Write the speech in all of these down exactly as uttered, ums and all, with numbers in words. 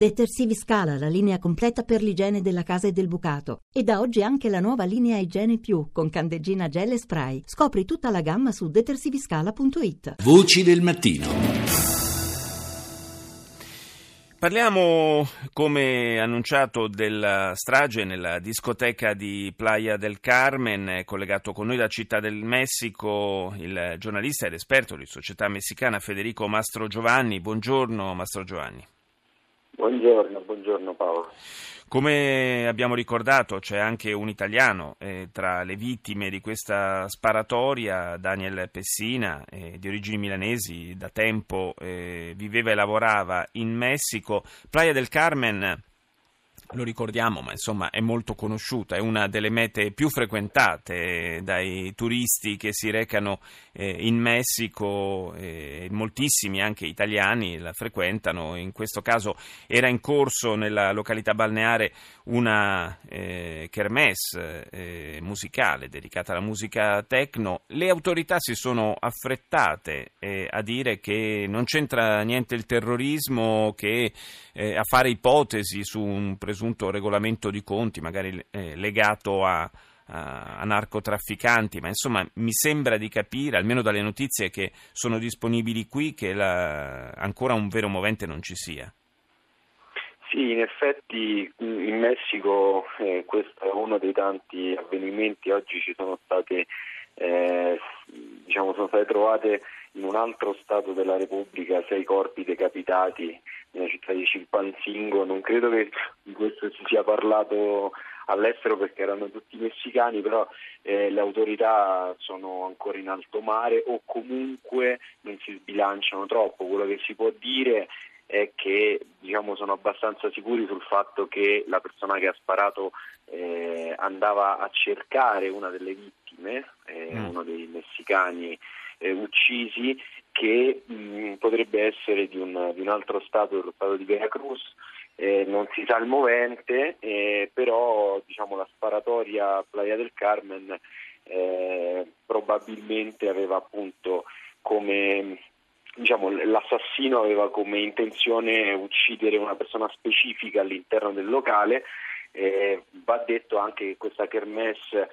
Detersivi Scala, la linea completa per l'igiene della casa e del bucato. E da oggi anche la nuova linea Igiene Più, con candeggina gel e spray. Scopri tutta la gamma su detersiviscala punto it. Voci del mattino. Parliamo, come annunciato, della strage nella discoteca di Playa del Carmen. È collegato con noi da Città del Messico il giornalista ed esperto di società messicana Federico Mastrogiovanni. Buongiorno Mastrogiovanni. Buongiorno, buongiorno Paolo. Come abbiamo ricordato, c'è anche un italiano eh, tra le vittime di questa sparatoria, Daniel Pessina, eh, di origini milanesi, da tempo eh, viveva e lavorava in Messico. Playa del Carmen, lo ricordiamo, ma insomma è molto conosciuta, è una delle mete più frequentate dai turisti che si recano eh, in Messico, eh, moltissimi anche italiani la frequentano. In questo caso era in corso nella località balneare una eh, kermesse eh, musicale dedicata alla musica techno. Le autorità si sono affrettate eh, a dire che non c'entra niente il terrorismo, che eh, a fare ipotesi su un presunto regolamento di conti, magari eh, legato a, a, a narcotrafficanti, ma insomma mi sembra di capire, almeno dalle notizie che sono disponibili qui, che la, ancora un vero movente non ci sia. Sì, in effetti in Messico eh, questo è uno dei tanti avvenimenti. Oggi ci sono state eh, diciamo sono state trovate in un altro stato della Repubblica sei corpi decapitati nella città di Chilpancingo. Non credo che di questo si sia parlato all'estero perché erano tutti messicani, però eh, le autorità sono ancora in alto mare o comunque non si sbilanciano troppo. Quello che si può dire è che diciamo sono abbastanza sicuri sul fatto che la persona che ha sparato eh, andava a cercare una delle vittime, eh, mm. uno dei messicani eh, uccisi, che mh, potrebbe essere di un, di un altro stato, dello stato di Veracruz. Eh, non si sa il movente, eh, però diciamo la sparatoria a Playa del Carmen eh, probabilmente aveva appunto come diciamo l'assassino aveva come intenzione uccidere una persona specifica all'interno del locale. Eh, va detto anche che questa kermesse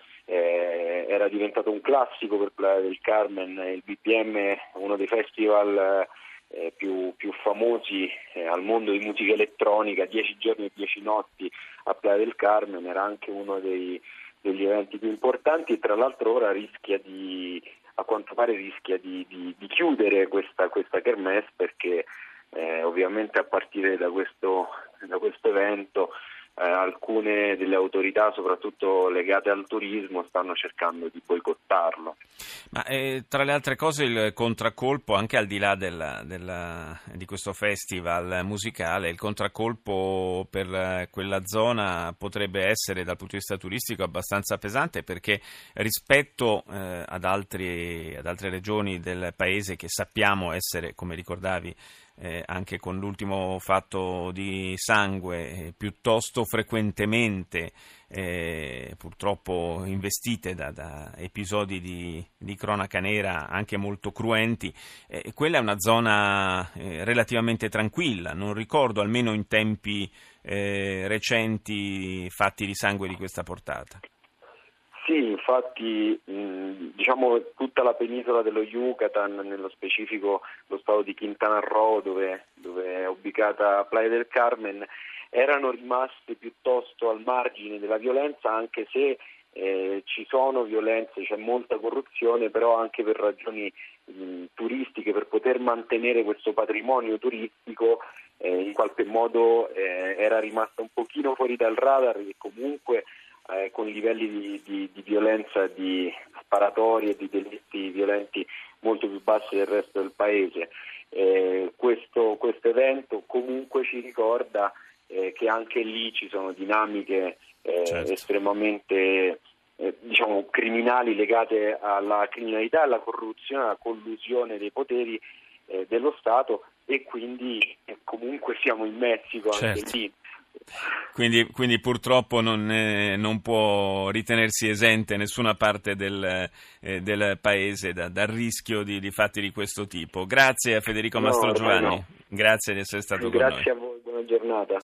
eh, era diventato un classico per Playa del Carmen. Il B P M è uno dei festival eh, più, più famosi eh, al mondo di musica elettronica, dieci giorni e dieci notti a Playa del Carmen, era anche uno dei, degli eventi più importanti e tra l'altro ora rischia di a quanto pare rischia di, di, di chiudere questa, questa kermesse perché eh, ovviamente a partire da questo, da questo evento eh, alcune delle autorità, soprattutto legate al turismo, stanno cercando di boicottarlo. Ma eh, tra le altre cose il contraccolpo, anche al di là della, della, di questo festival musicale, il contraccolpo per quella zona potrebbe essere dal punto di vista turistico abbastanza pesante, perché rispetto eh, ad, altri, ad altre regioni del paese che sappiamo essere, come ricordavi, Eh, anche con l'ultimo fatto di sangue, eh, piuttosto frequentemente eh, purtroppo investite da, da episodi di, di cronaca nera anche molto cruenti, eh, quella è una zona eh, relativamente tranquilla. Non ricordo, almeno in tempi eh, recenti, fatti di sangue di questa portata. Sì, infatti mh, diciamo tutta la penisola dello Yucatan, nello specifico lo stato di Quintana Roo dove, dove è ubicata Playa del Carmen, erano rimaste piuttosto al margine della violenza, anche se eh, ci sono violenze, c'è molta corruzione, però anche per ragioni mh, turistiche, per poter mantenere questo patrimonio turistico eh, in qualche modo eh, era rimasta un pochino fuori dal radar e comunque Eh, con livelli di, di, di violenza, di sparatorie e di delitti violenti molto più bassi del resto del paese. Eh, questo, questo evento comunque ci ricorda eh, che anche lì ci sono dinamiche eh, certo. estremamente eh, diciamo criminali legate alla criminalità, alla corruzione, alla collusione dei poteri eh, dello Stato e quindi eh, comunque siamo in Messico anche certo. lì. Quindi, quindi purtroppo non, eh, non può ritenersi esente nessuna parte del, eh, del paese da, dal rischio di, di fatti di questo tipo. Grazie a Federico no, Mastrogiovanni, no. Grazie di essere stato Grazie con noi. Grazie a voi, buona giornata.